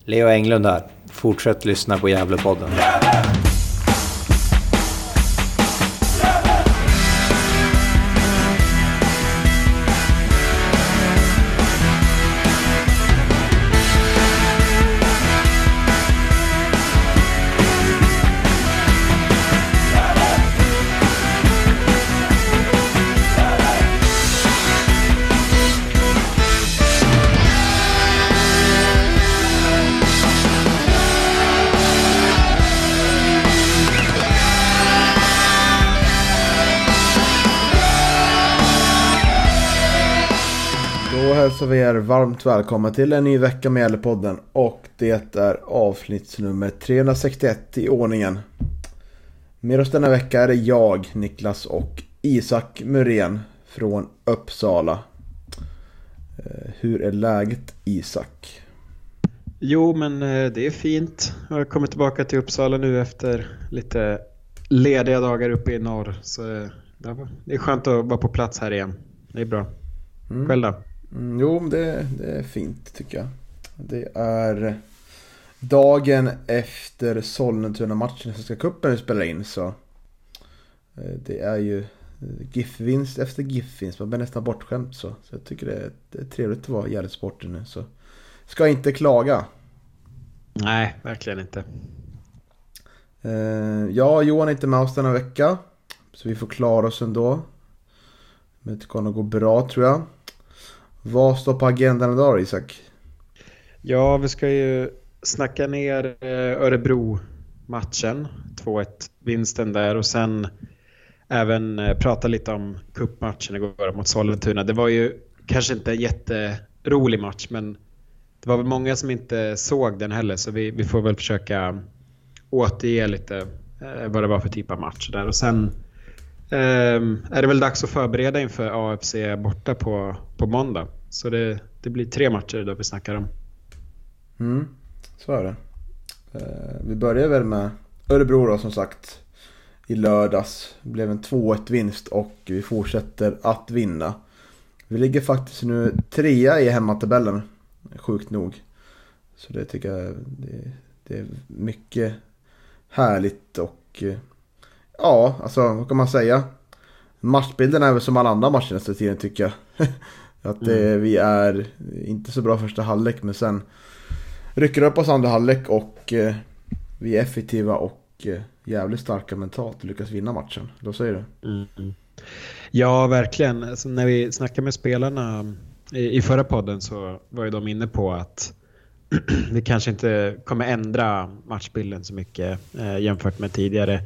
Leo Englund här. Fortsätt lyssna på Gävlepodden. Så vi är varmt välkomna till en ny vecka med Gävlepodden, och det är avsnittsnummer 361 i ordningen. Med oss denna vecka är det jag, Niklas, och Isak Murén från Uppsala. Hur är läget, Isak? Jo, men det är fint. Jag har kommit tillbaka till Uppsala nu efter lite lediga dagar uppe i norr. Så det är skönt att vara på plats här igen. Det är bra. Själv då? Jo, det är fint tycker jag. Det är dagen efter Sollentuna-matchen i Svenska cupen vi spelar in, så det är ju GIF-vinst efter GIF-vinst. Man blir nästan bortskämt, så jag tycker det är trevligt att vara i Gävlesporten nu, så ska inte klaga. Nej, verkligen inte. Johan är inte med oss denna vecka, så vi får klara oss ändå. Men det kommer att gå bra, tror jag. Vad står på agendan idag, Isak? Ja, vi ska ju snacka ner Örebro-matchen, 2-1-vinsten där, och sen även prata lite om cupmatchen igår mot Sollentuna. Det var ju kanske inte en jätterolig match, men det var väl många som inte såg den heller, så vi får väl försöka återge lite vad det var för typ av match där. Och sen är det väl dags att förbereda inför AFC borta på måndag. Så det blir 3 matcher då vi snackar om. Så är det. Vi börjar väl med Örebro då, som sagt. I lördags blev en 2-1-vinst och vi fortsätter att vinna. Vi ligger faktiskt nu 3 i hemmatabellen, sjukt nog. Så det tycker jag det är mycket härligt. Och ja, alltså vad kan man säga? Matchbilden är väl som alla andra matcher nästa tiden, tycker jag. Att vi är inte så bra första halvlek, men sen rycker upp oss andra halvlek och vi är effektiva och jävligt starka mentalt och lyckas vinna matchen. Då säger du. Ja, verkligen. Alltså, när vi snackade med spelarna i förra podden så var ju de inne på att vi kanske inte kommer ändra matchbilden så mycket jämfört med tidigare.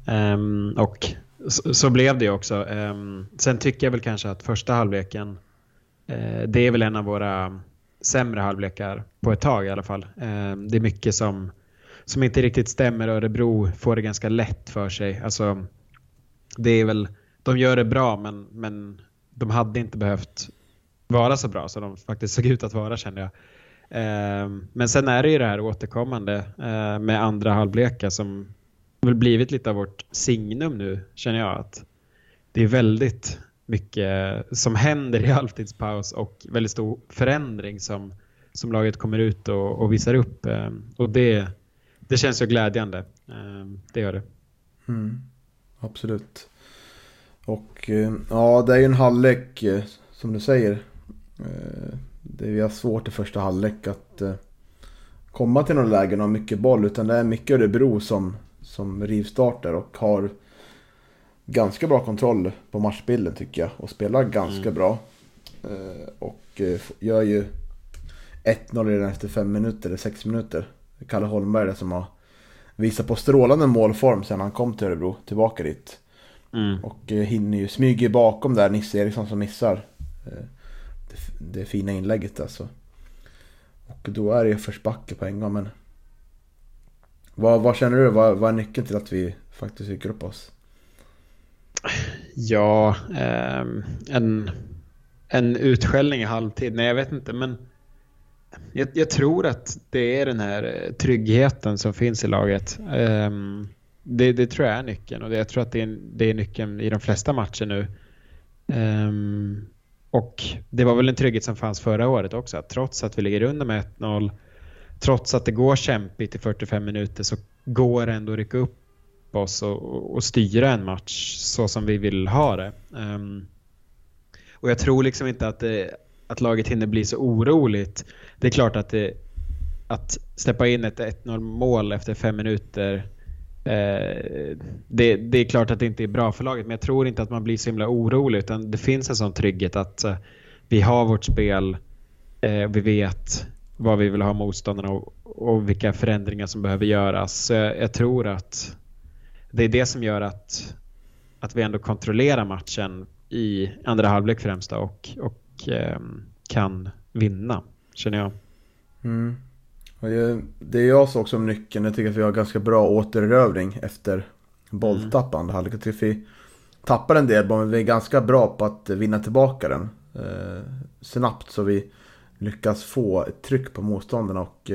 Och så blev det också. Sen tycker jag väl kanske att första halvleken det är väl en av våra sämre halvlekar på ett tag i alla fall. Det är mycket som inte riktigt stämmer. Örebro får det ganska lätt för sig. Alltså, det är väl, de gör det bra, men de hade inte behövt vara så bra så de faktiskt såg ut att vara, kände jag. Men sen är det ju det här återkommande med andra halvlekar som väl blivit lite av vårt signum nu, känner jag, att det är väldigt mycket som händer i halvtidspaus och väldigt stor förändring som laget kommer ut och visar upp, och det känns ju glädjande. Det gör det. Absolut. Och ja, det är ju en halvlek som du säger. Vi har svårt i första halvlek att komma till någon lägen och mycket boll, utan det är mycket Örebro som rivstartar och har ganska bra kontroll på matchbilden, tycker jag, och spelar ganska bra och gör ju 1-0 redan efter 5 minuter eller 6 minuter. Kalle Holmberg som har visat på strålande målform sedan han kom till Örebro, tillbaka dit. Och hinner ju smyga bakom där Nisse Eriksson som missar det fina inlägget alltså. Och då är det ju först backe på en gång. Men vad känner du? Vad är nyckeln till att vi faktiskt rycker upp oss? Ja, en utskällning i halvtid. Nej, jag vet inte, men jag tror att det är den här tryggheten som finns i laget. Det tror jag är nyckeln, och jag tror att det är nyckeln i de flesta matcher nu. Och det var väl en trygghet som fanns förra året också, att trots att vi ligger under med 1-0 trots att det går kämpigt i 45 minuter så går det ändå att rycka upp oss och styra en match så som vi vill ha det. Och jag tror liksom inte att laget hinner bli så oroligt. Det är klart att släppa in ett 1-0 mål efter 5 minuter, det är klart att det inte är bra för laget, men jag tror inte att man blir så himla orolig, utan det finns en sån trygghet att vi har vårt spel, vi vet vad vi vill ha motståndarna och vilka förändringar som behöver göras. Så jag tror att det är det som gör att vi ändå kontrollerar matchen i andra halvlek främst och kan vinna, känner jag. Och det jag såg som nyckeln. Jag tycker att vi har ganska bra återerövring efter bolltapp andra halvlek. Jag tycker att vi tappar en del boll, men vi är ganska bra på att vinna tillbaka den snabbt, så vi lyckas få ett tryck på motståndarna, och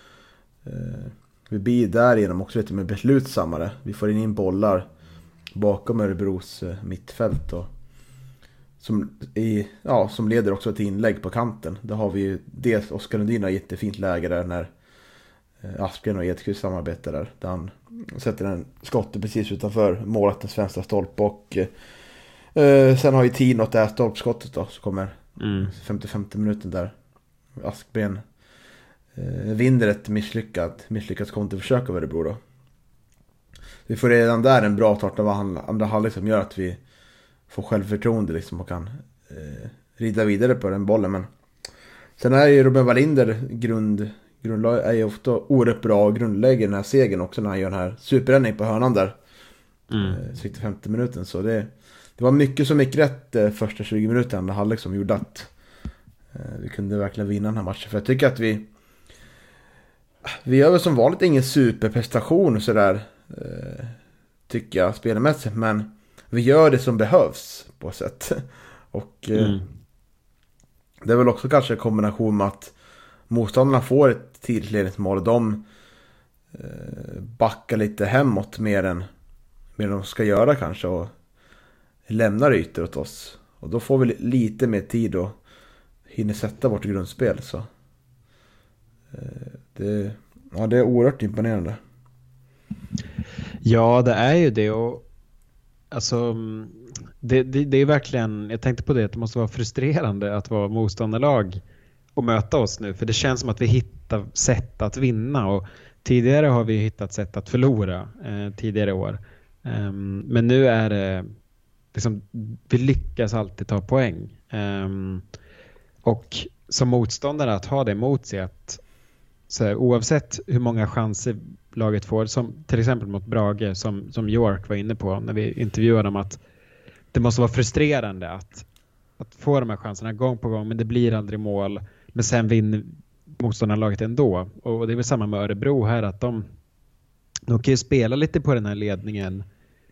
vi blir därigenom också lite mer beslutsammare. Vi får in bollar bakom Örebros mittfält och som leder också till inlägg på kanten. Där har vi ju dels Oskar Lundin har jättefint läge där när Aspgren och Edqvist samarbetar där han sätter en skottet precis utanför målvaktens vänstra stolpe, och sen har ju Tino det här stolpskottet då, så kommer 55 minuten där Aspgren vinner ett misslyckat kontraförsök av Örebro då. Vi får redan där en bra start av andra halvlek som gör att vi får självförtroende liksom och kan rida vidare på den bollen. Men sen är ju Robin Wallinder grundlag är ju ofta oerhört bra och grundlägger den här segern också när han gör den här superräddning på hörnan där 50 minuten. Så det var mycket som gick rätt första 20 minuter andra halvlek som gjorde att vi kunde verkligen vinna den här matchen. För jag tycker att vi gör väl som vanligt ingen superprestation så där, tycker jag spelmässigt, men vi gör det som behövs på ett sätt. Och det är väl också kanske en kombination med att motståndarna får ett tidigt ledningsmål och de backar lite hemåt mer än de ska göra kanske, och lämnar ytor åt oss. Och då får vi lite mer tid och hinner sätta vårt grundspel. Så det är oerhört imponerande. Ja, det är ju det, och alltså det är verkligen, jag tänkte på det, att det måste vara frustrerande att vara motståndarlag och möta oss nu, för det känns som att vi hittar sätt att vinna, och tidigare har vi hittat sätt att förlora tidigare år, men nu är det liksom, vi lyckas alltid ta poäng, och som motståndare att ha det emot sig, att så här, oavsett hur många chanser laget får, som till exempel mot Brage, som York var inne på när vi intervjuade dem, att det måste vara frustrerande att få de här chanserna gång på gång, men det blir aldrig mål, men sen vinner motståndarlaget ändå. Och det är väl samma med Örebro här, att de kan ju spela lite på den här ledningen,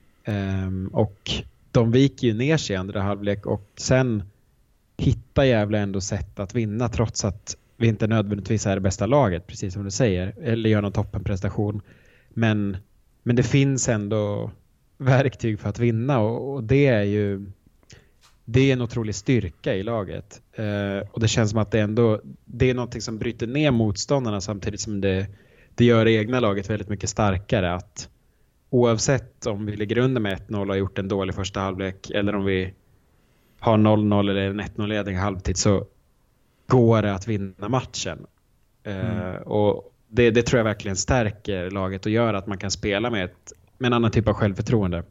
och de viker ju ner sig i andra halvlek, och sen hittar Gävle ändå sätt att vinna, trots att vi inte nödvändigtvis är det bästa laget, precis som du säger, eller gör någon toppenprestation. Men det finns ändå verktyg för att vinna, och det är en otrolig styrka i laget. Och det känns som att det är någonting som bryter ner motståndarna, samtidigt som det gör det egna laget väldigt mycket starkare. Att oavsett om vi ligger under med 1-0 och har gjort en dålig första halvlek, eller om vi har 0-0 eller en 1-0-ledning i halvtid, så går det att vinna matchen. Och det tror jag verkligen stärker laget och gör att man kan spela med en annan typ av självförtroende.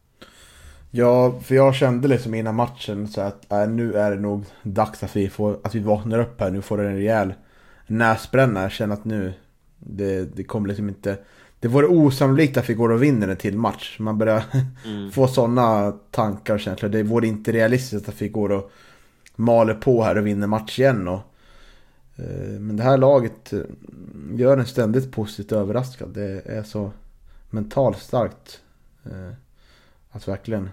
Ja, för jag kände liksom innan matchen så att nu är det nog dags att vi vaknar upp här. Nu får det en rejäl näsbränna. Jag känner att nu det kommer liksom inte, det vore osannolikt att vi går och vinner en till match. Man börjar få sådana tankar och känslor. Det vore inte realistiskt att vi går och maler på här och vinner match igen. Men det här laget gör en ständigt positivt överraskad. Det är så mentalt starkt att verkligen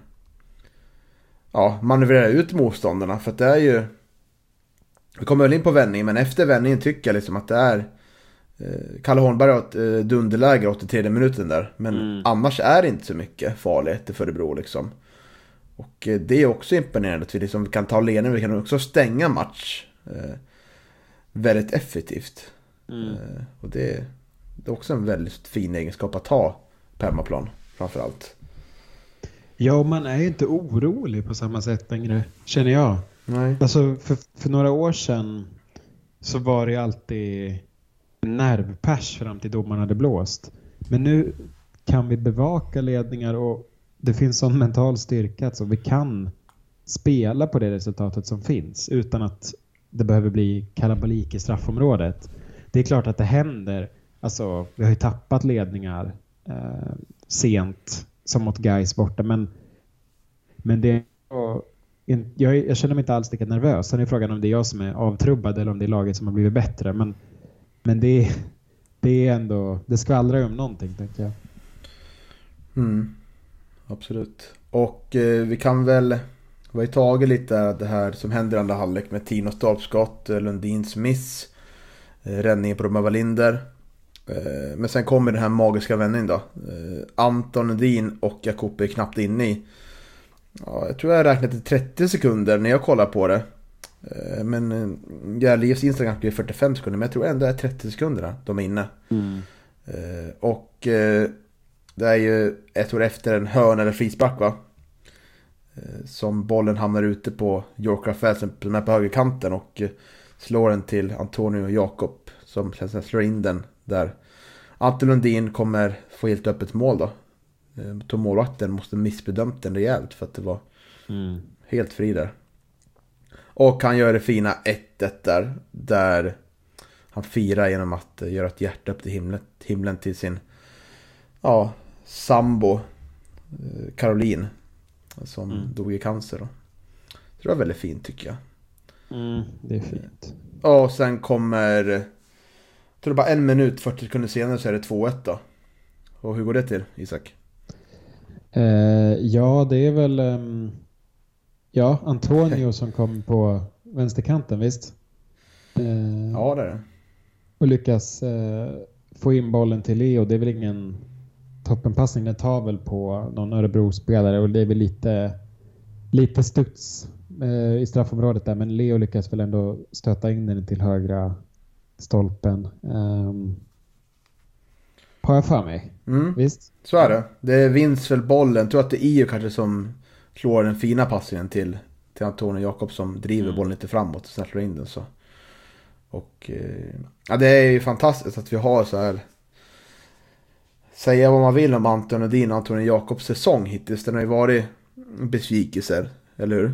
manövrera ut motståndarna. För att det är ju, vi kommer väl in på vändningen, men efter vändningen tycker jag liksom att det är Kalle Holmberg har ett dunderläge 83 minuten där, men annars är det inte så mycket farligt för Örebro liksom. Och det är också imponerande att vi liksom kan ta ledningen, vi kan också stänga match väldigt effektivt. Och det är också en väldigt fin egenskap att ha på hemmaplan framförallt. Ja, och man är ju inte orolig på samma sätt längre, känner jag. Nej. Alltså för några år sedan så var det alltid nervpers fram till domaren hade blåst. Men nu kan vi bevaka ledningar och det finns sån mental styrka att så vi kan spela på det resultatet som finns utan att det behöver bli kalabalik i straffområdet. Det är klart att det händer. Alltså, vi har ju tappat ledningar sent som mot Gais borta. Men det jag känner mig inte alls lika nervös. Sen är frågan om det är jag som är avtrubbad eller om det är laget som har blivit bättre. Men det är ändå, det skvallrar ju om någonting, tänker jag. Absolut. Och vi kan väl vara i taget lite det här som händer i andra halvlek med Tino stolpskott, Lundins miss, räddningen på Roma Wallinder. Men sen kommer den här magiska vändningen då. Anton Lundin och Jakob är knappt inne i. Ja, jag tror jag räknade till 30 sekunder när jag kollar på det. Men Järlivs Instagram blir 45 sekunder, men jag tror ändå det är 30 sekunder de är inne. Och det är ju ett år efter en hörn eller frispark, va? Som bollen hamnar ute på York Rafael som är på högerkanten och slår den till Antonio och Jakob som sen slår in den där. Anton Lundin kommer få helt öppet mål då. Målvakten måste missbedömt den rejält för att det var helt fri där. Och han gör det fina 1-1 där han firar genom att göra ett hjärta upp till himlen till sin sambo Caroline som dog i cancer då. Det var väldigt fint, tycker jag. Det är fint. Och sen kommer, jag tror bara 1 minut 40 sekunder senare så är det 2-1 då. Och hur går det till, Isak? Ja, det är väl Antonio som kom på vänsterkanten, visst? Ja, det är det. Och lyckas få in bollen till Leo. Det är väl ingen toppenpassning. Den tar väl på någon Örebro-spelare och det är väl lite studs i straffområdet där. Men Leo lyckas väl ändå stöta in den till högra stolpen. Har jag för mig. Visst? Så är det. Det vinns väl bollen. Jag tror att det är EU kanske som slår den fina passningen till Antonio Jakob som driver bollen lite framåt och sen slår in den så. Och det är ju fantastiskt att vi har så här, säga vad man vill om Anton Lundin och Antonio Jakobs säsong hittills. Den har ju varit besvikelser, eller hur?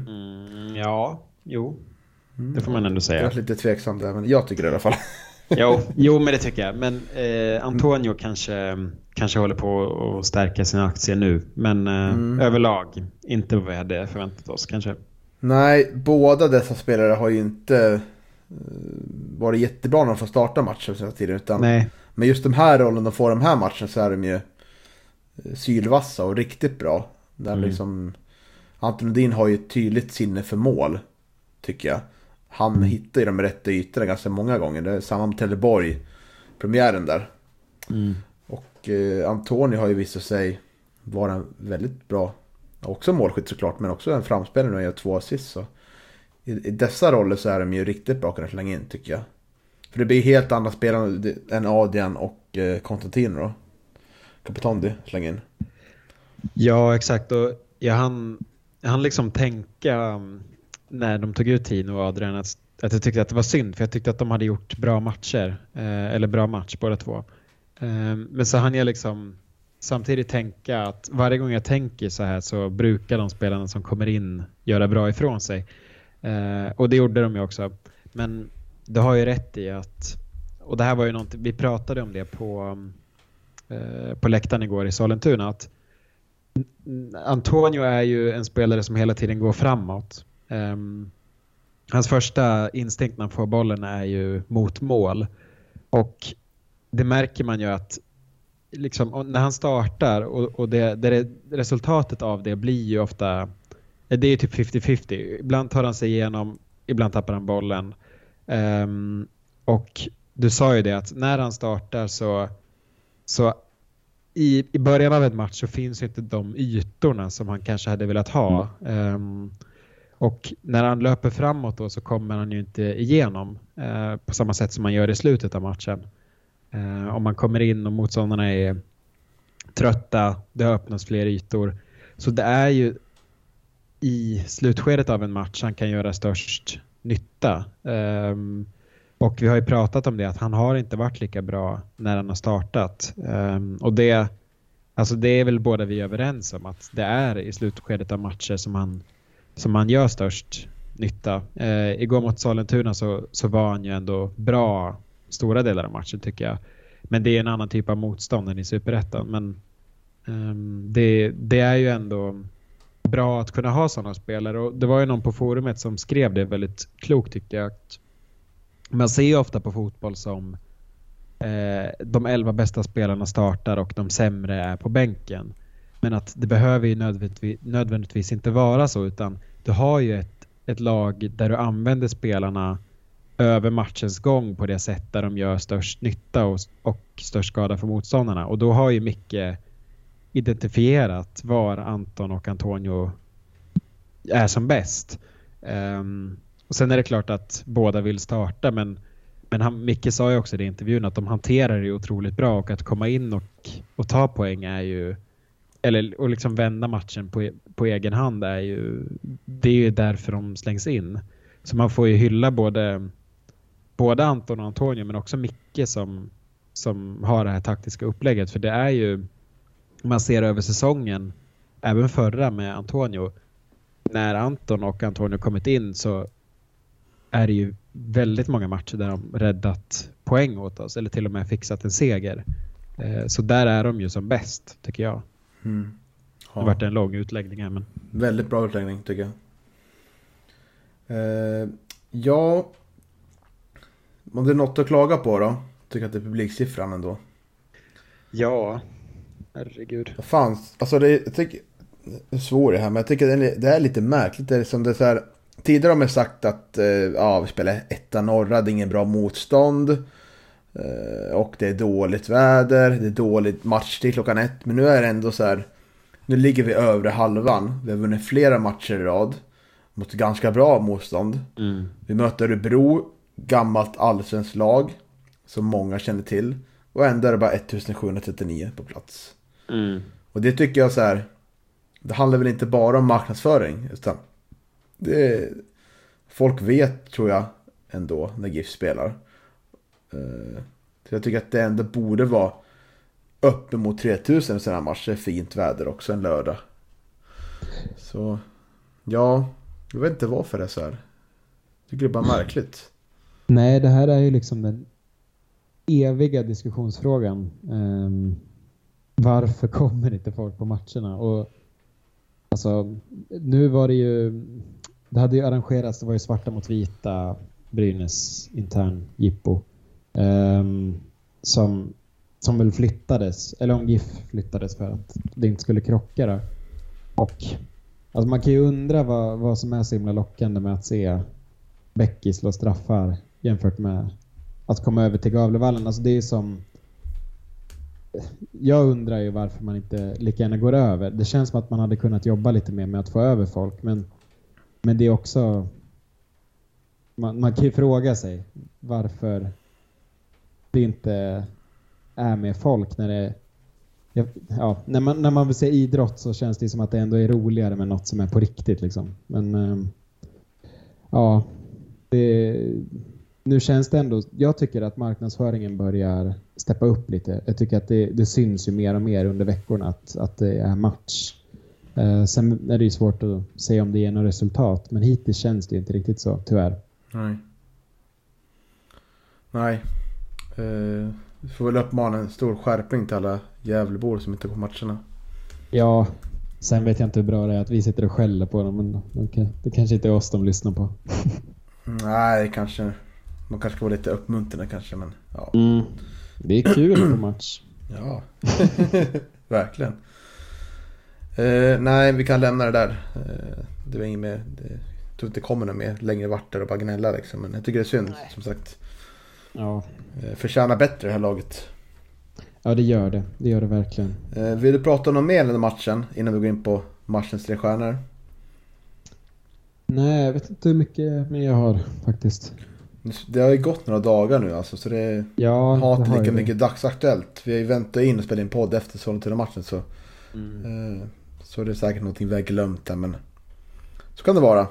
Det får man ändå säga. Jag är lite tveksam där, men jag tycker det i alla fall. Jo, men det tycker jag. Men Antonio kanske håller på att stärka sina aktier nu. Men överlag inte vad vi hade förväntat oss kanske. Nej, båda dessa spelare har ju inte varit jättebra när de får starta matchen så tiden, utan men just de här rollen de får de här matchen så är de ju sylvassa och riktigt bra. Där liksom Anton Lundin har ju ett tydligt sinne för mål, tycker jag. Han hittar ju de rätta ytorna ganska många gånger. Det är samma med Trelleborg premiären där. Och Antonio har ju visat sig vara väldigt bra, också målskytt såklart, men också en framspelare och gör 2 assist så. I dessa roller så är de ju riktigt bra att kunna slänga in, tycker jag. För det blir helt andra spelare än Adrian och Konstantino då. Capitondi slänga in. Ja, exakt. Och jag hann liksom tänka när de tog ut Tino och Adrian att jag tyckte att det var synd, för jag tyckte att de hade gjort bra matcher. Eller bra match båda två. Men så hann jag liksom samtidigt tänka att varje gång jag tänker så här så brukar de spelarna som kommer in göra bra ifrån sig. Och det gjorde de ju också. Men du har ju rätt i att, och det här var ju någonting, vi pratade om det på läktaren igår i Sollentuna, att Antonio är ju en spelare som hela tiden går framåt. Hans första instinkt när han får bollen är ju mot mål. Och det märker man ju att liksom, när han startar och det resultatet av det blir ju ofta, det är typ 50-50. Ibland tar han sig igenom, ibland tappar han bollen. Och du sa ju det att när han startar så i början av en match så finns inte de ytorna som han kanske hade velat ha. Och när han löper framåt då så kommer han ju inte igenom på samma sätt som man gör i slutet av matchen. Om man kommer in och motståndarna är trötta, det öppnas fler ytor. Så det är ju i slutskedet av en match han kan göra störst nytta. Och vi har ju pratat om det, att han har inte varit lika bra när han har startat. Och det är väl båda vi överens om, att det är i slutskedet av matcher som han gör störst nytta. Igår mot Sollentuna så var han ju ändå bra stora delar av matchen, tycker jag. Men det är en annan typ av motstånd än i Superettan. Men det är ju ändå bra att kunna ha sådana spelare. Och det var ju någon på forumet som skrev det väldigt klokt, tyckte jag. Man ser ju ofta på fotboll som de 11 bästa spelarna startar och de sämre är på bänken. Men att det behöver ju nödvändigtvis inte vara så, utan du har ju ett lag där du använder spelarna över matchens gång på det sätt där de gör störst nytta och störst skada för motståndarna. Och då har ju Micke identifierat var Anton och Antonio är som bäst. Och sen är det klart att båda vill starta, men Micke sa ju också i intervjun att de hanterar det otroligt bra, och att komma in och ta poäng är ju, och liksom vända matchen på egen hand det är ju därför de slängs in. Så man får ju hylla både Anton och Antonio, men också Micke som har det här taktiska upplägget. För det är ju, man ser över säsongen, även förra med Antonio, när Anton och Antonio kommit in så är det ju väldigt många matcher där de räddat poäng åt oss, eller till och med fixat en seger. Så där är de ju som bäst, tycker jag. Ja. Det har varit en lång utläggning här, men... Väldigt bra utläggning, tycker jag. Ja, om det är något att klaga på då, tycker jag att det är publiksiffran ändå. Ja, herregud. Vad fan, alltså jag tycker det är svårt det här, men jag tycker det är lite märkligt. Det är som det är så här, tidigare har man sagt att vi spelar 1 norra, det är ingen bra motstånd, och det är dåligt väder, det är dåligt match till 1:00, men nu är det ändå så här, nu ligger vi övre halvan, vi har vunnit flera matcher i rad mot ganska bra motstånd. Vi möter Örebro, gammalt allsvenskt lag som många känner till, och ändå är det bara 1739 på plats. Och det tycker jag så här, det handlar väl inte bara om marknadsföring, utan folk vet, tror jag, ändå när GIF spelar. Så jag tycker att det ändå borde vara uppe mot 3000 sådana här matcher, fint väder också en lördag. Så ja, jag vet inte varför det är så här. Jag tycker det är bara märkligt. Nej, det här är ju liksom den eviga diskussionsfrågan. Varför kommer inte folk på matcherna? Och alltså, nu var det ju, det hade ju arrangerats, det var ju svarta mot vita, Brynäs intern jippo, som väl flyttades, eller om GIF flyttades för att det inte skulle krocka då. Och alltså man kan ju undra vad som är så himla lockande med att se Becky slå straffar jämfört med att komma över till Gavlevallen. Alltså det är som, jag undrar ju varför man inte lika gärna går över. Det känns som att man hade kunnat jobba lite mer med att få över folk, men det är också, man kan ju fråga sig varför det inte är med folk när det, ja, när man vill se idrott så känns det som att det ändå är roligare med något som är på riktigt liksom. Men ja, nu känns det ändå, jag tycker att marknadsföringen börjar steppa upp lite. Jag tycker att det syns ju mer och mer under veckorna att det är match. Sen är det ju svårt att se om det ger något resultat, men hittills känns det inte riktigt så, tyvärr. Nej. Vi får väl uppmana en stor skärpning till alla Gävlebor som inte går på matcherna. Ja, sen vet jag inte hur bra det är att vi sitter och skäller på dem, men det kanske inte är oss de lyssnar på. Nej, kanske. Man kanske ska vara lite uppmuntrande kanske, men ja. Det är kul på match. Ja, verkligen. Nej, vi kan lämna det där. Det var inget mer. Jag tror inte det kommer något mer längre vart där och bara gnälla liksom. Men jag tycker det är synd, som sagt. Ja. Förtjänar bättre det här laget. Ja, det gör det. Det gör det verkligen. Vill du prata om något mer än matchen innan vi går in på matchens 3 stjärnor? Nej, jag vet inte hur mycket mer jag har faktiskt. Det har ju gått några dagar nu alltså, så det Ja, har det inte har lika ju mycket dagsaktuellt. Vi har ju väntat in och spelat in podd efter Sollentuna-matchen så det är säkert någonting vi har glömt där, men så kan det vara.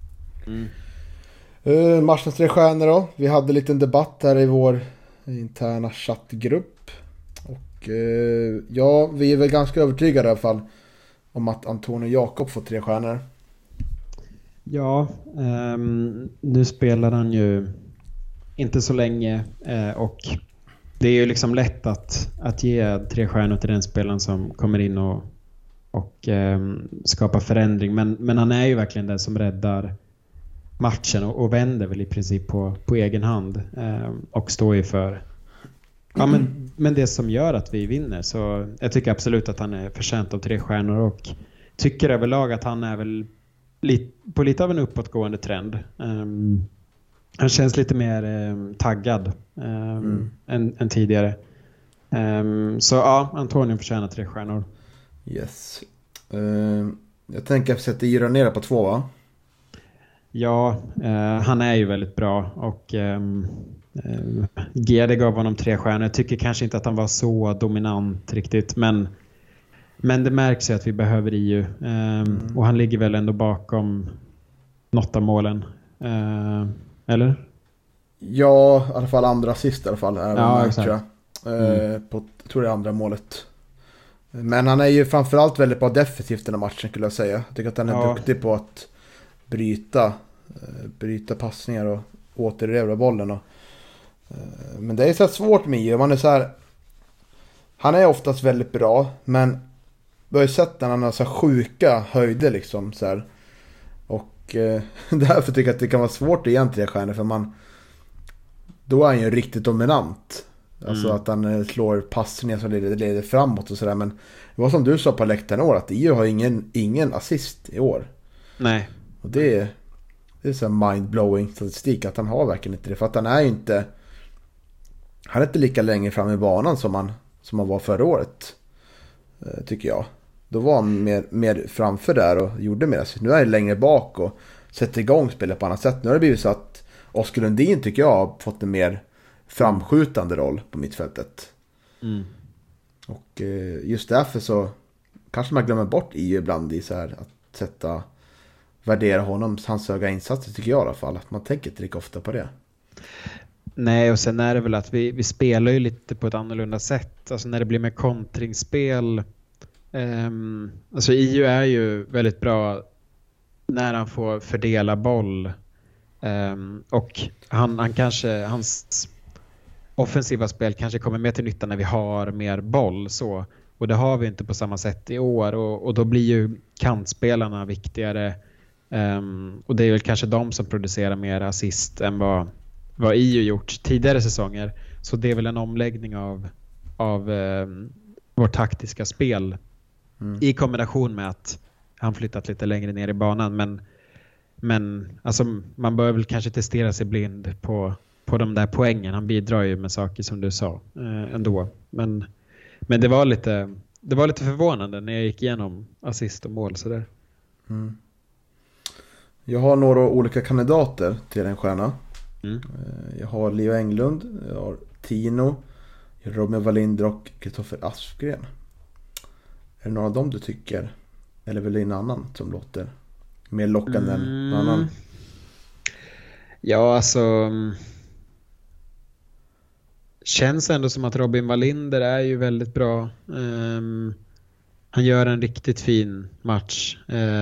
Matchens 3 stjärnor då. Vi hade en liten debatt här i vår interna chattgrupp. Och ja, vi är väl ganska övertygade i alla fall om att Antonio Jakob får 3 stjärnor. Ja, nu spelar han ju inte så länge och det är ju liksom lätt att ge 3 stjärnor till den spelaren som kommer in och skapar förändring. Men han är ju verkligen den som räddar matchen och vänder väl i princip på egen hand och står ju för men det som gör att vi vinner. Så jag tycker absolut att han är förtjänt av 3 stjärnor och tycker överlag att han är väl på lite av en uppåtgående trend. Han känns lite mer taggad än tidigare. Så ja, Antonio förtjänar 3 stjärnor. Yes. Jag tänker att jag sätter Iranera på 2, va? Ja, han är ju väldigt bra och GD gav honom 3 stjärnor. Jag tycker kanske inte att han var så dominant riktigt, men det märks ju att vi behöver EU och han ligger väl ändå bakom något av målen. Eller? Ja, i alla fall andra assist i alla fall. Ja, exakt. Tror jag. Tror det är andra målet. Men han är ju framförallt väldigt bra defensivt i den här matchen, skulle jag säga. Jag tycker att han är duktig på att bryta passningar och återerövra bollen. Men det är så svårt med EU. Man är så här, han är oftast väldigt bra, men vi har ju sett när han har så sjuka höjder liksom så här. Och därför tycker jag att det kan vara svårt att ge 3 stjärnor, för då är han ju riktigt dominant. Alltså att han slår passningar som leder framåt och sådär. Men det var som du sa på läktaren i år, att EU har ingen assist i år. Nej. Och det är så mind-blowing statistik att han har verkligen inte det. För att han är inte lika länge fram i banan som han var förra året, tycker jag. Då var han mer framför där och gjorde mer. Nu är han längre bak och sätter igång spelet på annat sätt. Nu har det blivit så att Oskar Lundin, tycker jag, har fått en mer framskjutande roll på mittfältet. Och just därför så kanske man glömmer bort EU ibland i så här att värdera hans höga insatser, tycker jag i alla fall. Att man tänker inte lika ofta på det. Nej, och sen är det väl att vi spelar ju lite på ett annorlunda sätt. Alltså när det blir med kontringsspel. Alltså EU är ju väldigt bra när han får fördela boll. Och hans offensiva spel kanske kommer mer till nytta när vi har mer boll. Så. Och det har vi inte på samma sätt i år. Och då blir ju kantspelarna viktigare. Och det är väl kanske de som producerar mer assist än vad EU gjort tidigare säsonger. Så det är väl en omläggning av vårt taktiska spel i kombination med att han flyttat lite längre ner i banan. Men alltså, man bör väl kanske testera sig blind på de där poängen. Han bidrar ju med saker som du sa ändå. Men det var lite förvånande när jag gick igenom assist och mål så där. Jag har några olika kandidater till en stjärna. Jag har Leo Englund, jag har Tino, jag har Robin Wallinder och Kristoffer Aspgren. Är det några av dem du tycker, eller vill det en annan som låter mer lockande än någon annan? Ja, alltså känns ändå som att Robin Wallinder är ju väldigt bra. Han gör en riktigt fin match.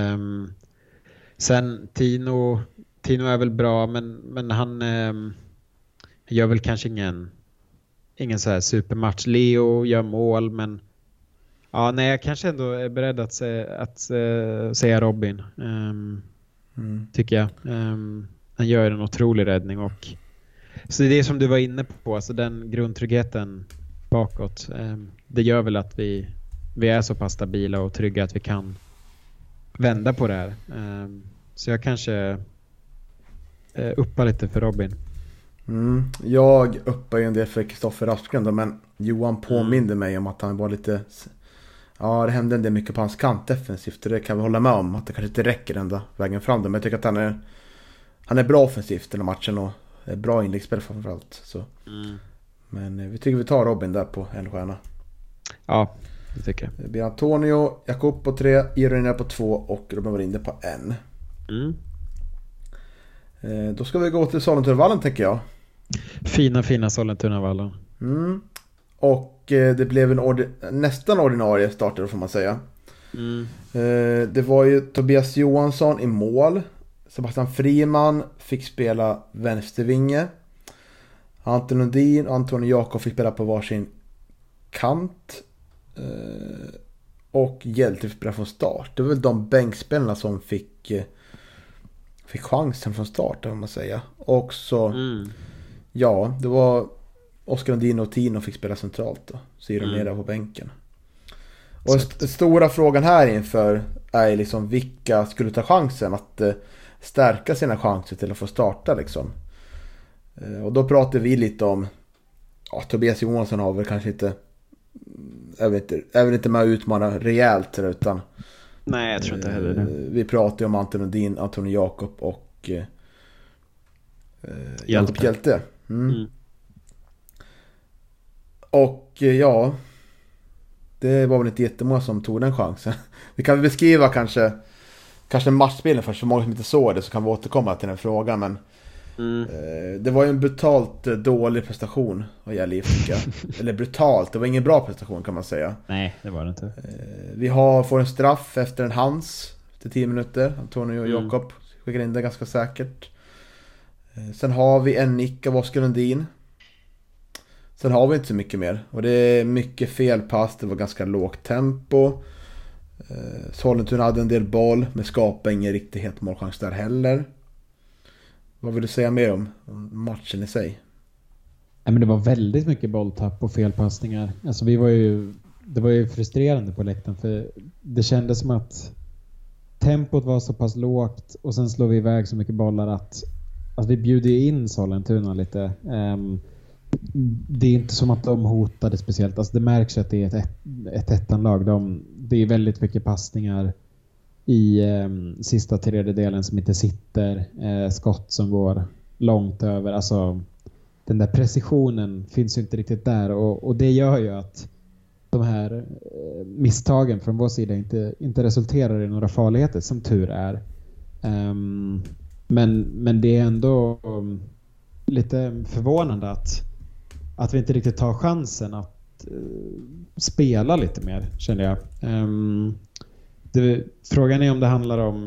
Sen Tino är väl bra, men han gör väl kanske ingen så här supermatch. Leo gör mål, men ja, nej, jag kanske ändå är beredd att säga Robin. Tycker jag. Han gör en otrolig räddning och så det är som du var inne på, alltså den grundtryggheten bakåt. Det gör väl att vi är så pass stabila och trygga att vi kan vända på det här. Så jag kanske uppar lite för Robin. Jag uppar ju en del för Kristoffer Aspgren då, men Johan påminde mig om att han var lite Ja, det hände en del mycket på hans kant defensivt. Och det kan vi hålla med om. Att det kanske inte räcker ända vägen fram. Men jag tycker att han är bra offensivt den här matchen. Och är bra inläggsspel framförallt. Så. Men vi tycker vi tar Robin där på en stjärna. Ja, det tycker jag. Det blir Antonio, Jakob på 3, Ironina på 2 och Robin var inne på 1. Då ska vi gå till Sollentunavallen tänker jag. Fina Sollentunavallen. Och det blev en nästan ordinarie startare får man säga. Det var ju Tobias Johansson i mål. Sebastian Friman fick spela vänstervinge. Anton Lundin och Anton Jakob fick spela på varsin kant. Och Hjälte fick spela från start. Det var väl de bänkspelarna som fick chansen från start kan man säga. Och så ja, det var Oskar Lundin och Tino fick spela centralt då. Så är de nere på bänken. Och den stora frågan här inför är liksom vilka skulle ta chansen att stärka sina chanser till att få starta liksom. Och då pratar vi lite om Tobias Johansson har väl kanske inte är väl inte med att utmana rejält utan nej, jag tror inte heller det. Vi pratar ju om Anton Lundin, Anton Jakob och Hjälte. Och ja, det var väl inte jättemånga som tog den chansen. Vi kan beskriva kanske matchbilden för många som inte såg det, så kan vi återkomma till den frågan. Men det var ju en brutalt dålig prestation vad gäller IFK. Eller brutalt, det var ingen bra prestation kan man säga. Nej, det var det inte. Vi får en straff efter en hands till 10 minuter. Antonio och Jakob skickar in det ganska säkert. Sen har vi en nick av Oskar Lundin. Sen har vi inte så mycket mer. Och det är mycket felpass. Det var ganska lågt tempo. Sollentuna hade en del boll. Men skapade ingen riktigt het målchans där heller. Vad vill du säga mer om matchen i sig? Ja, men det var väldigt mycket bolltapp och felpassningar. Alltså det var ju frustrerande på läktaren. För det kändes som att tempot var så pass lågt. Och sen slår vi iväg så mycket bollar att vi bjuder in Sollentuna lite. Det är inte som att de hotade speciellt. Alltså det märks att det är ett ettanlag. Det är väldigt mycket passningar i sista tredjedelen som inte sitter. Skott som går långt över. Alltså den där precisionen finns ju inte riktigt där. Och det gör ju att de här misstagen från vår sida inte resulterar i några farligheter, som tur är. Men det är ändå lite förvånande att vi inte riktigt tar chansen att spela lite mer, känner jag. Frågan är om det handlar om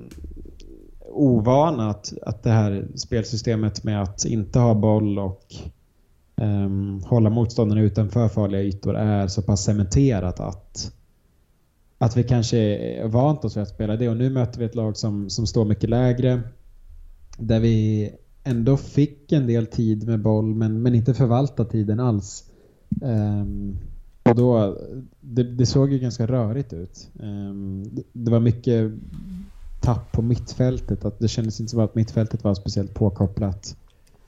ovana att det här spelsystemet med att inte ha boll och hålla motståndarna utanför farliga ytor är så pass cementerat att vi kanske är vant oss att spela det. Och nu möter vi ett lag som står mycket lägre, där vi ändå fick en del tid med boll men inte förvalta tiden alls. Och då det såg ju ganska rörigt ut. Det var mycket tapp på mittfältet. Att det kändes inte som att mittfältet var speciellt påkopplat.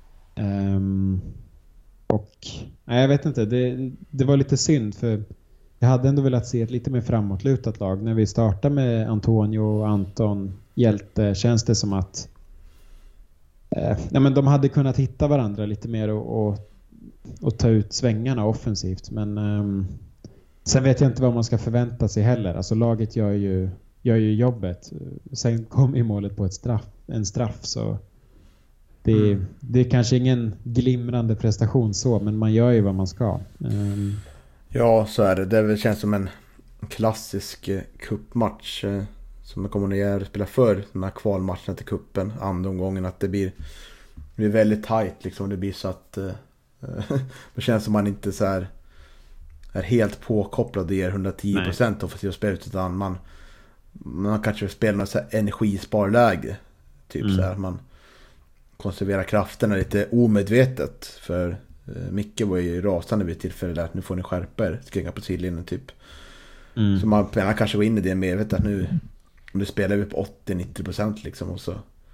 Och nej, jag vet inte, det var lite synd, för jag hade ändå velat se ett lite mer framåtlutat lag. När vi startar med Antonio, Anton, Hjälte, känns det som att men de hade kunnat hitta varandra lite mer och ta ut svängarna offensivt. Men sen vet jag inte vad man ska förvänta sig heller. Alltså laget gör ju jobbet. Sen kom ju målet på en straff, så det är kanske ingen glimrande prestation så, men man gör ju vad man ska. Ja, så är det. Det känns som en klassisk cupmatch som jag kommer att spela för de här kvalmatcherna till kuppen andra omgången, att det blir väldigt tajt liksom. Det blir så att det känns som man inte så här är helt påkopplad och ger 110% offensivt spel, utan man kanske spelar något så här energisparläge typ så här, man konserverar krafterna lite omedvetet, för Micke var ju rasande vid tillfälle där att nu får ni skärpa er, skrika på sidlinjen typ. Så man kanske var inne i det medvetet att nu spelar vi på 80-90% liksom, och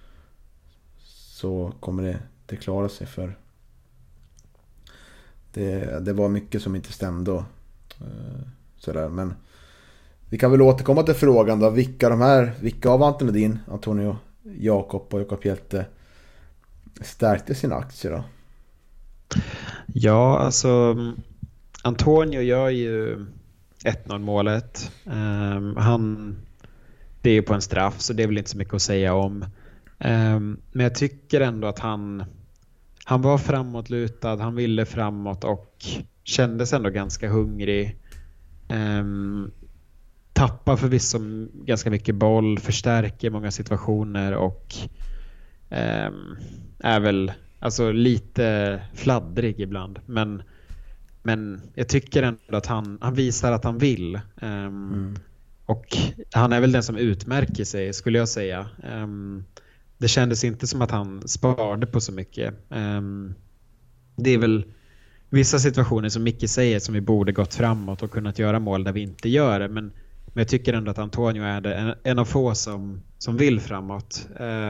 så kommer det klara sig, för det var mycket som inte stämde då, sådär. Men Vi kan väl återkomma till frågan då. Vilka av Anton, Antonio, Jakob och Jakob Hjelte stärkte sina aktier då? Ja, alltså Antonio gör ju 1-0 målet. Det är ju på en straff, så det är väl inte så mycket att säga om. Men jag tycker ändå att han var framåtlutad, han ville framåt och kändes ändå ganska hungrig. Tappar förvisso ganska mycket boll, förstärker många situationer och är väl alltså lite fladdrig ibland. Men jag tycker ändå att han visar att han vill. Och han är väl den som utmärker sig, skulle jag säga. Det kändes inte som att han sparade på så mycket. Det är väl vissa situationer som Micke säger som vi borde gått framåt och kunnat göra mål där vi inte gör det. Men jag tycker ändå att Antonio är en av få som vill framåt.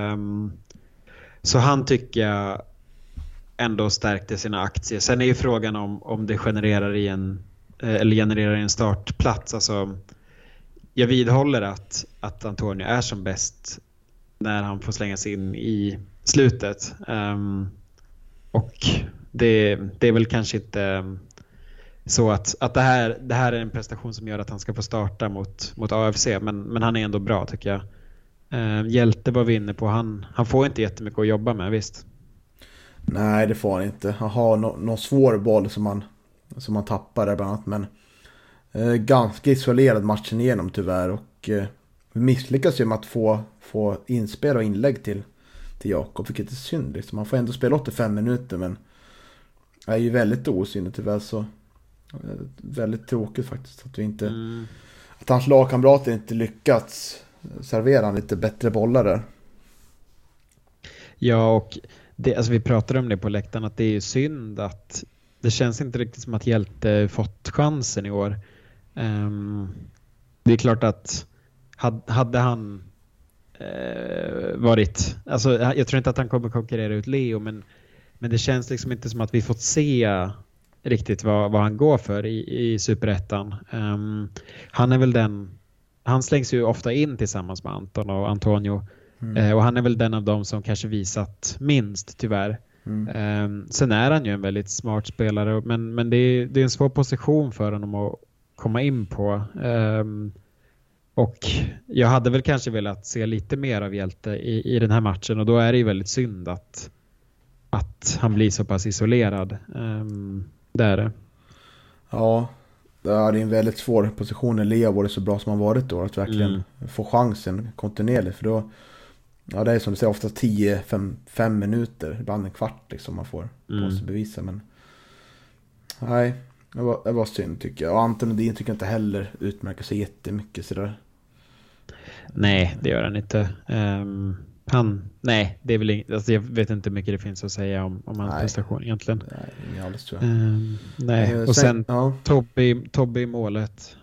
Så han tycker jag ändå stärkte sina aktier. Sen är ju frågan om det genererar i en startplats. Alltså, jag vidhåller att Antonio är som bäst när han får slängas in i slutet. Och det är väl kanske inte så att det här är en prestation som gör att han ska få starta mot AFC. Men han är ändå bra, tycker jag. Hjälte var vi inne på. Han får inte jättemycket att jobba med, visst. Nej, det får han inte. Han har någon svår boll som han tappar där bland annat. Men ganska isolerad matchen igenom tyvärr. Och vi misslyckas ju med att få inspel och inlägg till Jakob. Vilket är synd. Liksom. Han får ändå spela 85 minuter, men är ju väldigt osynlig tyvärr. Så väldigt tråkigt faktiskt att vi inte att hans lagkamrater inte lyckats servera han lite bättre bollar där. Ja, och alltså vi pratade om det på läktaren, att det är synd att det känns inte riktigt som att Hjälte fått chansen i år. Det är klart att hade han varit, alltså jag tror inte att han kommer konkurrera ut Leo, men det känns liksom inte som att vi fått se riktigt vad han går för i Superettan. Han är väl han slängs ju ofta in tillsammans med Anton och Antonio. Och han är väl den av dem som kanske visat minst, tyvärr. Sen är han ju en väldigt smart spelare, men det är en svår position för honom att komma in på. Och jag hade väl kanske velat se lite mer av Hjälte i den här matchen, och då är det ju väldigt synd att han blir så pass isolerad. Det är det. Ja, det är en väldigt svår position när Leo varit så bra som han varit då, att verkligen få chansen kontinuerligt, för då det är som du säger ofta 10-5 minuter, ibland en kvart liksom man får på sig bevisa, men nej, det var synd tycker jag. Och Anton Edin tycker jag inte heller utmärker sig jättemycket sådär. Nej, det gör han inte. Det är väl alltså jag vet inte hur mycket det finns att säga om hans prestation egentligen. Nej, alls tror jag. Nej, och sen Tobbe i målet.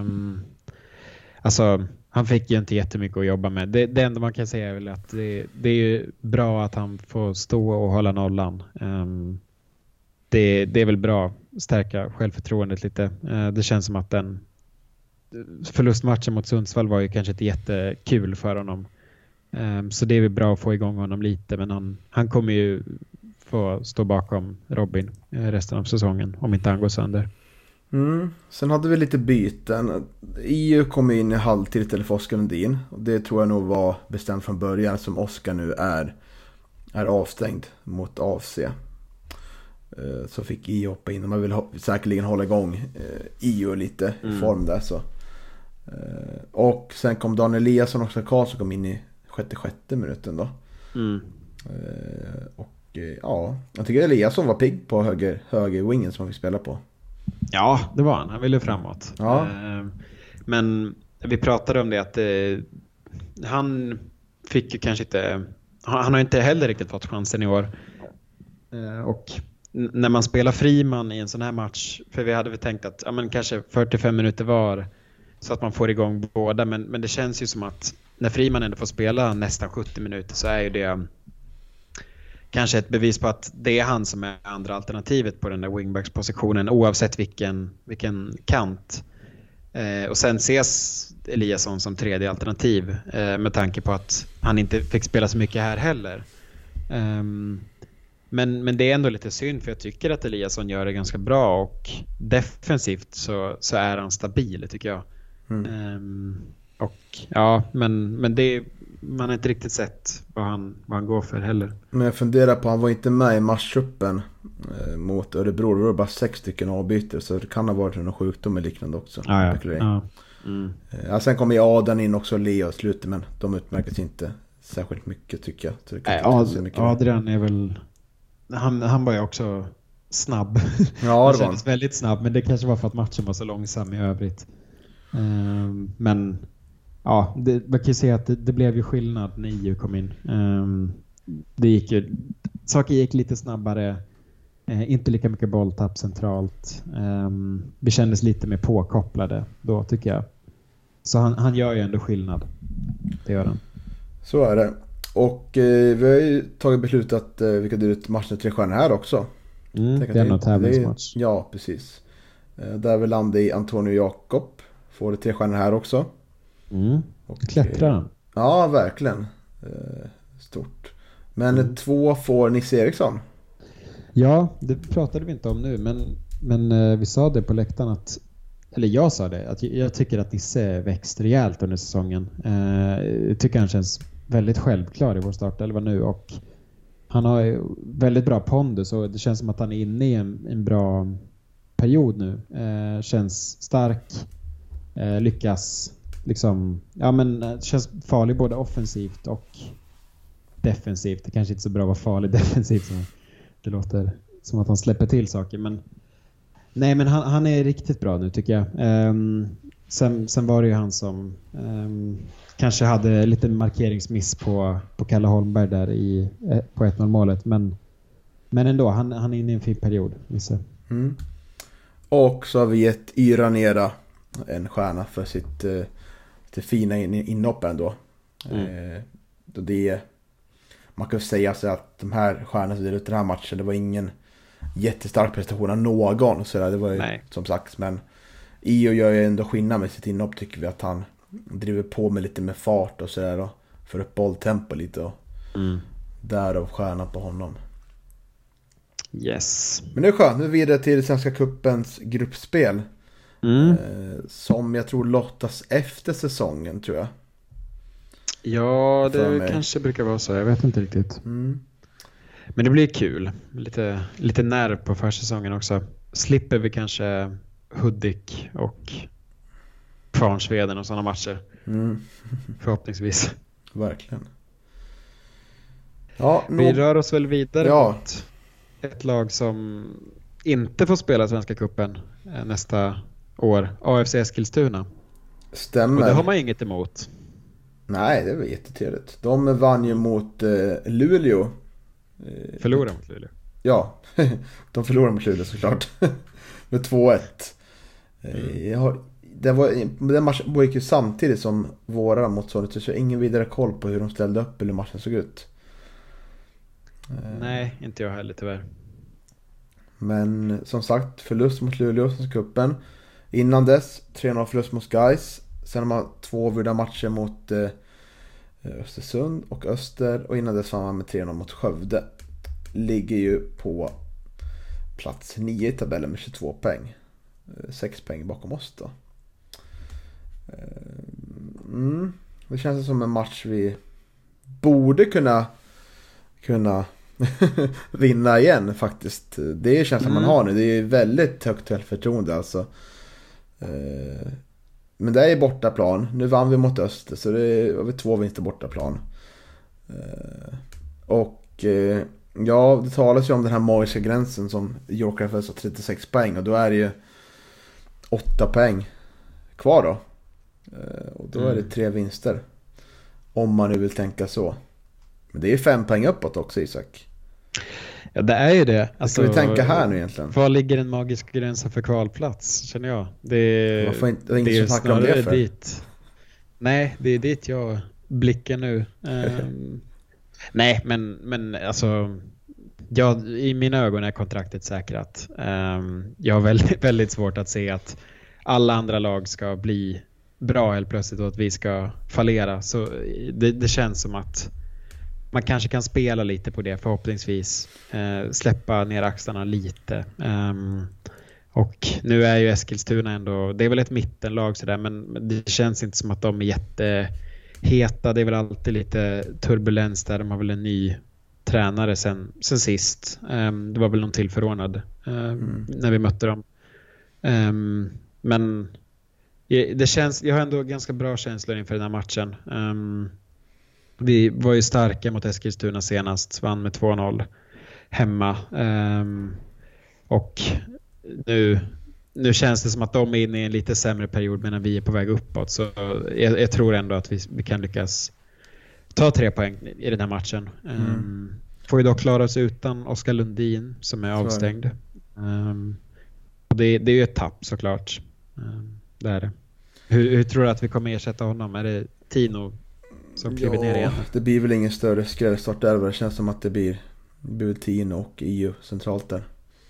Alltså han fick ju inte jättemycket att jobba med. Det enda man kan säga är väl att det är ju bra att han får stå och hålla nollan. Det är väl bra, stärka självförtroendet lite. Det känns som att den förlustmatchen mot Sundsvall var ju kanske inte jättekul för honom. Så det är väl bra att få igång honom lite, men han kommer ju få stå bakom Robin resten av säsongen om inte han går sönder. Sen hade vi lite byten. EU kom in i halvtid till Oskar Lundin, och det tror jag nog var bestämt från början, som Oskar nu är avstängd mot AFC. Så fick EU hoppa in, och man vill säkerligen hålla igång EU lite i form där så. Och sen kom Daniel Eliasson och Oskar Karlsson kom in i 66:e minuten då. Och jag tycker Eliasson var pigg på höger wingen som han fick spela på. Ja, det var han ville framåt. Ja. Men vi pratade om det att han fick ju kanske inte, han har inte heller riktigt fått chansen i år. Och när man spelar Friman i en sån här match, för vi hade väl tänkt att kanske 45 minuter var så att man får igång båda, men det känns ju som att när Friman ändå får spela nästan 70 minuter så är ju det kanske ett bevis på att det är han som är andra alternativet på den där wingbackspositionen, oavsett vilken kant. Och sen ses Eliasson som tredje alternativ med tanke på att han inte fick spela så mycket här heller. Men det är ändå lite synd, för jag tycker att Eliasson gör det ganska bra, och defensivt så är han stabil, tycker jag. Och ja, men det, man har inte riktigt sett vad han går för heller. Men jag funderar på, han var inte med i matchtruppen mot Örebro. Det var bara 6 stycken avbyter, så det kan ha varit någon sjukdom eller liknande också. Sen kommer ju Adan in också, Leo i slutet, men de utmärker sig inte särskilt mycket, tycker jag. Så Adrian är väl... Han var ju också snabb. Ja, han kändes väldigt snabb, men det kanske var för att matchen var så långsam i övrigt. Men ja, man kan ju se att det blev ju skillnad när EU kom in. Saker gick lite snabbare, inte lika mycket bolltapp centralt. Vi kändes lite mer påkopplade då, tycker jag. Så han gör ju ändå skillnad. Det gör han. Så är det. Och vi har ju tagit beslut att vi kan dela ut matchen 3 stjärnor här också. Det är någon tävlingsmatch. Ja, precis. Där vi landar i Antonio Jakob. Får det 3 stjärnor här också. Och klättrar han. Ja, verkligen. Stort. Men 2 får Nisse Eriksson. Ja, det pratade vi inte om nu. Men vi sa det på läktaren att... Eller jag sa det. Att jag tycker att Nisse växt rejält under säsongen. Jag tycker han känns väldigt självklar i vår startelva nu. Och han har väldigt bra pondus. Och det känns som att han är inne i en bra period nu. Känns stark. Lyckas liksom, ja, men känns farlig både offensivt och defensivt. Det kanske inte är så bra att vara farlig defensivt, som det låter som att han släpper till saker, men nej, men han är riktigt bra nu, tycker jag. Sen var det ju han som kanske hade lite markeringsmiss på Kalle Holmberg där på 1-0 målet, men ändå, han är inne i en fin period. Och så har vi gett Yranera en stjärna för sitt fina inhopp ändå. Man kan säga så att de här stjärnorna som delade ut den här matchen, det var ingen jättestark prestation av någon, så det var ju, som sagt, men Io gör ju ändå skillnad med sitt inhopp, tycker vi, att han driver på med lite med fart och sådär, och för upp bolltempo lite, och därav stjärnan på honom. Yes. Men det är skönt, nu är vi vidare till Svenska Cupens gruppspel. Som jag tror lottas efter säsongen, tror jag. Ja, det kanske brukar vara så. Jag vet inte riktigt. Men det blir kul. Lite nerv på försäsongen också. Slipper vi kanske Hudik och Kvarnsveden och sådana matcher. Förhoppningsvis. Verkligen. Ja, vi rör oss väl vidare mot ett lag som inte får spela Svenska Cupen nästa år. AFC Eskilstuna. Stämmer. Och det har man inget emot. Nej, det var jättetrevligt. De vann ju mot Luleå. Förlorade mot Luleå. Ja, de förlorade mot Luleå såklart. Med 2-1. Den matchen gick ju samtidigt som våra motståndare, så jag har ingen vidare koll på hur de ställde upp eller hur matchen såg ut. Nej, inte jag heller tyvärr. Men som sagt, förlust mot Luleå som cupen. Innan dess 3-0 förlust mot Gais. Sen har man 2 avgjorda matcher mot Östersund och Öster, och innan dess var man med 3-0 mot Skövde. Ligger ju på plats 9 i tabellen med 22 poäng. 6 poäng bakom oss då. Det känns som en match vi borde kunna vinna igen faktiskt. Det känns som man har nu. Det är väldigt högt självförtroende alltså. Men det är bortaplan. Nu vann vi mot Öster, så det var 2 vinster bortaplan. Och ja, det talas ju om den här magiska gränsen som York har så 36 poäng, och då är det ju 8 poäng kvar då. Och då är det 3 vinster, om man nu vill tänka så. Men det är 5 poäng uppåt också, Isak. Ja, det är ju det. Alltså, ska vi tänka här nu egentligen? Var ligger den magiska gränsen för kvalplats, känner jag? Det är ingen som snackar om det för. Dit. Nej, det är dit jag blickar nu. Nej, men alltså, i mina ögon är kontraktet säkrat. Jag har väldigt, väldigt svårt att se alla andra lag ska bli bra helt plötsligt och att vi ska fallera. Så det känns som att man kanske kan spela lite på det förhoppningsvis. Släppa ner axlarna lite. Och nu är ju Eskilstuna ändå, det är väl ett mittenlag sådär, men det känns inte som att de är jätteheta. Det är väl alltid lite turbulens där. De har väl en ny tränare sen sist. Det var väl någon tillförordnad när vi mötte dem. Men det känns, jag har ändå ganska bra känslor inför den här matchen. Vi var ju starka mot Eskilstuna senast, vann med 2-0 hemma. Och nu känns det som att de är inne i en lite sämre period medan vi är på väg uppåt. Så jag tror ändå att vi kan lyckas ta 3 poäng i den här matchen. Får ju dock klara oss utan Oskar Lundin som är avstängd. Och det är ju ett tapp såklart. Det är det. Hur tror du att vi kommer ersätta honom? Är det Tino som kliver ner igen? Det blir väl ingen större skrällstart där. Det känns som att det blir Tino och EU centralt där.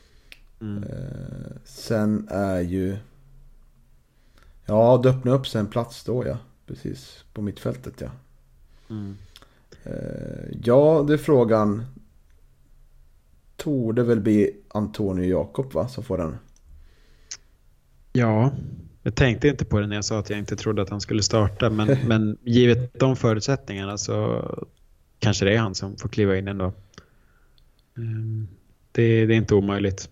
Sen är ju det öppnar upp sig en plats då, ja. Precis, på mittfältet, ja. Det är frågan. Torde väl bli Antonio Jakob, va, som får den. Ja, jag tänkte inte på det när jag sa att jag inte trodde att han skulle starta, men givet de förutsättningarna så kanske det är han som får kliva in ändå. Det är inte omöjligt.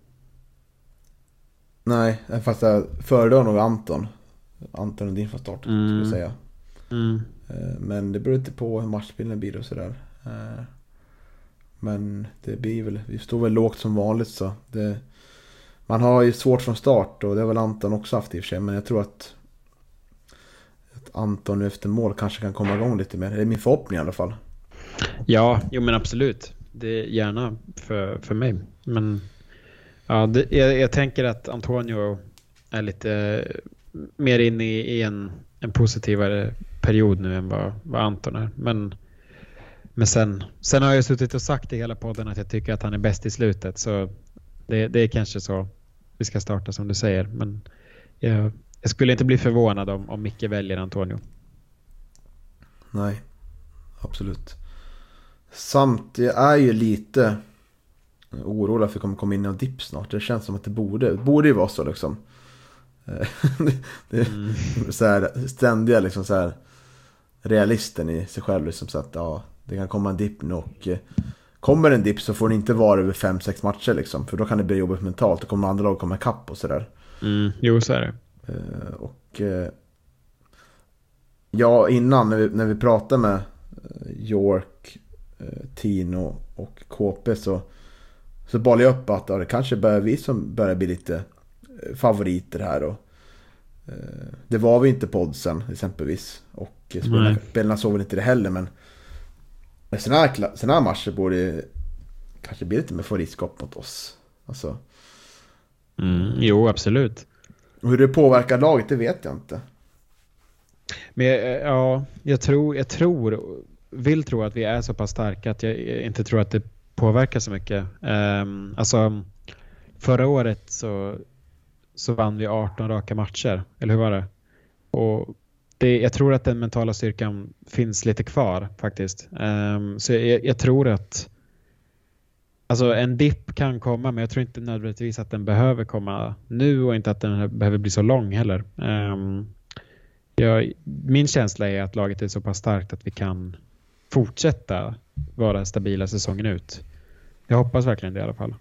Nej, fast jag föredrar nog Anton och din från start, skulle jag säga. Men det beror inte på hur matchbilden blir och sådär. Men det blir väl, vi står väl lågt som vanligt, så man har ju svårt från start, och det har väl Anton också haft i och för sig, men jag tror att Anton nu efter mål kanske kan komma igång lite mer. Det är min förhoppning i alla fall. Ja, jo men absolut. Det är gärna för mig. Men ja, jag tänker att Antonio är lite mer inne i en positivare period nu än vad Anton är. Men sen har jag suttit och sagt i hela podden att jag tycker att han är bäst i slutet. Så det är kanske så vi ska starta som du säger. Men jag skulle inte bli förvånad om Micke väljer Antonio. Nej, absolut. Samt jag är ju lite orolig för att vi kommer in i en dipp snart. Det känns som att det borde ju vara så liksom. Det är så här ständiga liksom så här realisten i sig själv liksom, så att det kan komma en dipp nu, och kommer en dipp så får den inte vara över 5-6 matcher liksom, för då kan det bli jobbigt mentalt. Då kommer andra lag komma ikapp och sådär. Jo, så är det. Och innan när vi pratade med York, Tino och KP så bollade jag upp att det kanske vi som börjar bli lite favoriter här, och det var vi inte på oddsen exempelvis, och spelarna såg väl inte det heller, men såna här matcher borde kanske bli lite med favoritskap mot oss alltså. Jo, absolut. Och hur det påverkar laget, det vet jag inte. Men jag vill tro att vi är så pass starka att jag inte tror att det påverkar så mycket. Alltså förra året så vann vi 18 raka matcher, eller hur var det? Och jag tror att den mentala styrkan finns lite kvar faktiskt. Så jag tror att alltså en dipp kan komma, men jag tror inte nödvändigtvis att den behöver komma nu, och inte att den behöver bli så lång heller. Min känsla är att laget är så pass starkt att vi kan fortsätta vara stabila säsongen ut. Jag hoppas verkligen det i alla fall.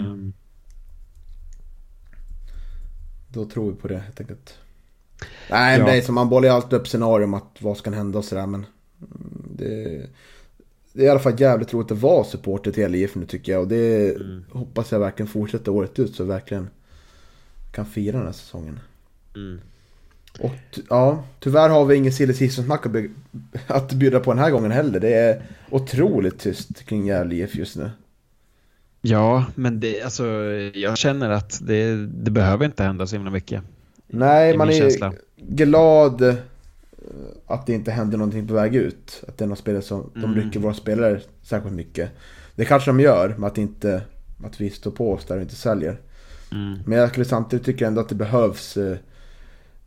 Då tror vi på det helt enkelt. Nej, men det är som man bollar alltid upp scenarier om att vad ska hända och sådär, men det är i alla fall jävligt roligt att vara supporter till IF nu, tycker jag, och det hoppas jag verkligen fortsätter året ut, så verkligen kan fira den här säsongen. Och tyvärr har vi ingen silly season snack att bjuda på den här gången heller. Det är otroligt tyst kring Gävle IF just nu. Ja, men jag känner att det behöver inte hända så himla mycket. Nej, man är glad att det inte händer någonting på väg ut. Att det är någon spelare som de rycker våra spelare särskilt mycket. Det kanske de gör, med att vi står på oss där och inte säljer. Men jag skulle samtidigt tycka ändå att det behövs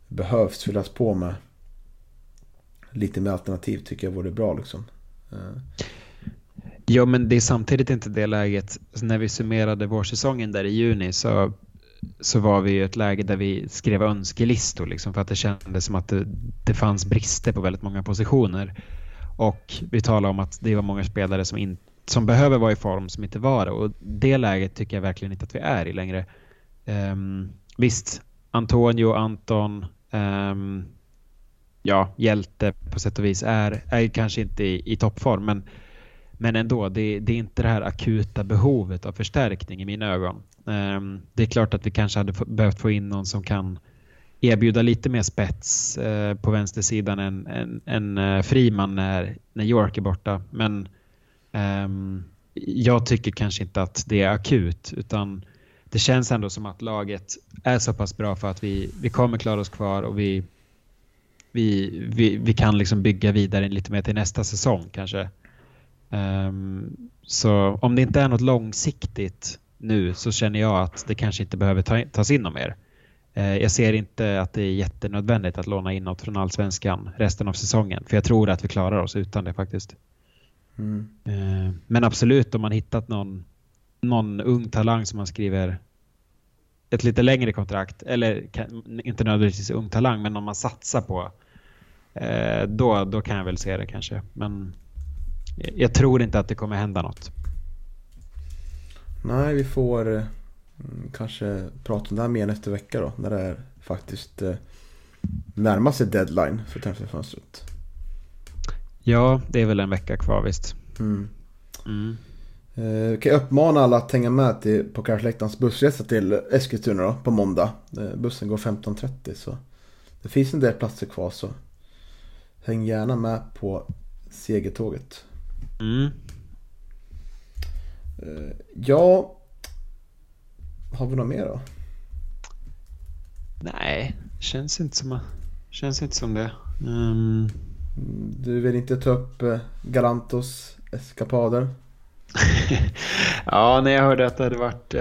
behövs fyllas på med lite mer alternativ, tycker jag vore bra liksom. Ja, men det är samtidigt inte det läget. Så när vi summerade vårsäsongen där i juni så var vi i ett läge där vi skrev önskelistor liksom, för att det kändes som att det fanns brister på väldigt många positioner. Och vi talade om att det var många spelare som behöver vara i form som inte var det. Och det läget tycker jag verkligen inte att vi är i längre. Visst, Antonio, Anton, hjälte på sätt och vis är kanske inte i toppform, men ändå, det är inte det här akuta behovet av förstärkning i mina ögon. Det är klart att vi kanske hade behövt få in någon som kan erbjuda lite mer spets på vänstersidan än Friman när York är borta. Men jag tycker kanske inte att det är akut, utan det känns ändå som att laget är så pass bra för att vi kommer klara oss kvar och vi kan liksom bygga vidare lite mer till nästa säsong kanske. Så om det inte är något långsiktigt nu så känner jag att det kanske inte behöver tas in något mer. Jag ser inte att det är jättenödvändigt att låna in något från Allsvenskan resten av säsongen, för jag tror att vi klarar oss utan det faktiskt. Men absolut, om man hittat någon ung talang som man skriver ett lite längre kontrakt, eller inte nödvändigtvis ung talang, men om man satsar på, då kan jag väl se det kanske. Men jag tror inte att det kommer hända något. Nej, vi får kanske prata om det här mer nästa vecka då, när det är faktiskt närmar sig deadline för transferfönstret. Ja, det är väl en vecka kvar visst. Kan jag uppmana alla att hänga med på Karlsläktarens bussresa till Eskilstuna då, på måndag. Bussen går 15.30, så det finns en del platser kvar, så häng gärna med på segertåget. Ja, har vi något mer då? Nej, känns inte som det. Du vill inte ta upp Galantos eskapader? Ja, när jag hörde att det hade varit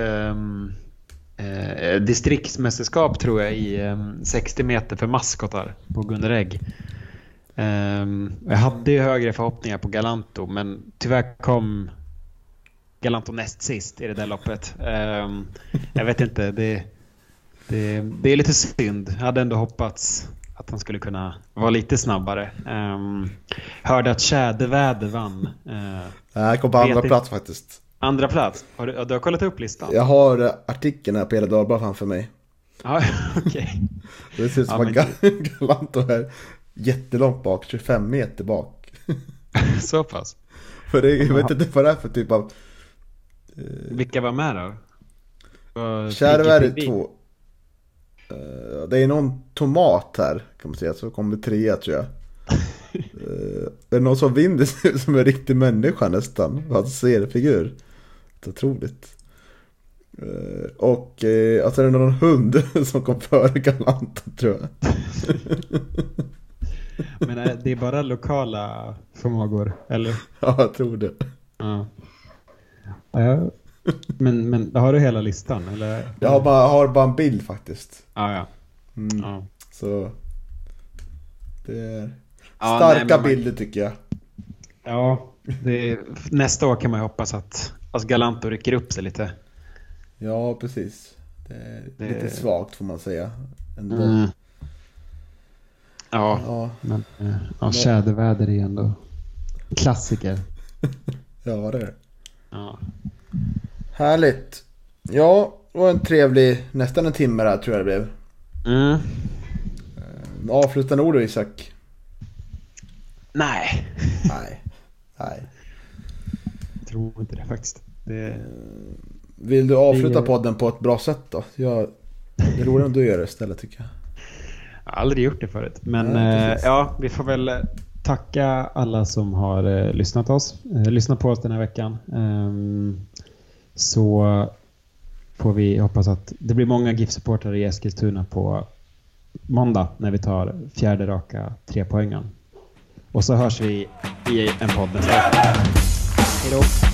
distriktsmästerskap tror jag i 60 meter för maskotar på Gunnerägg. Jag hade ju högre förhoppningar på Galanto, men tyvärr kom Galanto näst sist i det där loppet. Jag vet inte, det är lite synd. Jag hade ändå hoppats att han skulle kunna vara lite snabbare. Hörde att Tjäderväder vann. Jag kom på andra plats faktiskt. Andra plats? Du har kollat upp listan? Jag har artikeln här på Hela Dagbladet framför mig. Ja, okej. Det ser ut som att Galanto är jättelångt bak, 25 meter bak. Så pass? För det, jag vet inte vad det är för typ av... Vilka var med då? Tjäderväder 2. Det är någon tomat här, kan man säga, så kommer 3 tror jag. Det är någon som vinner som en riktig människa nästan. Hans seriefigur. Det är otroligt. Och alltså är det någon hund som kom före Galant, tror jag. Men det är bara lokala förmågor, eller? Ja, jag tror det. Ja. Men har du hela listan, eller? Jag har bara en bild faktiskt. Ja. Så det är starka bilder tycker jag. Ja, nästa år kan man ju hoppas att Galanto rycker upp sig lite. Ja, precis. Det är lite svagt får man säga. Ändå. Ja. Men Tjäderväder är ändå klassiker. Ja, det är. Ja. Härligt. Ja, det var en trevlig, nästan en timme där tror jag det blev. Avslutande ord då, Isak? Nej. Jag tror inte det faktiskt. Vill du avsluta podden på ett bra sätt då? Det är roligt om du gör det istället, tycker jag. Jag har aldrig gjort det förut. Men vi får väl tacka alla som har lyssnat på oss den här veckan. Så får vi hoppas att det blir många GIF-supportrar i Eskilstuna på måndag när vi tar 4:e raka 3-poängen. Och så hörs vi i en podd nästa vecka. Hej då!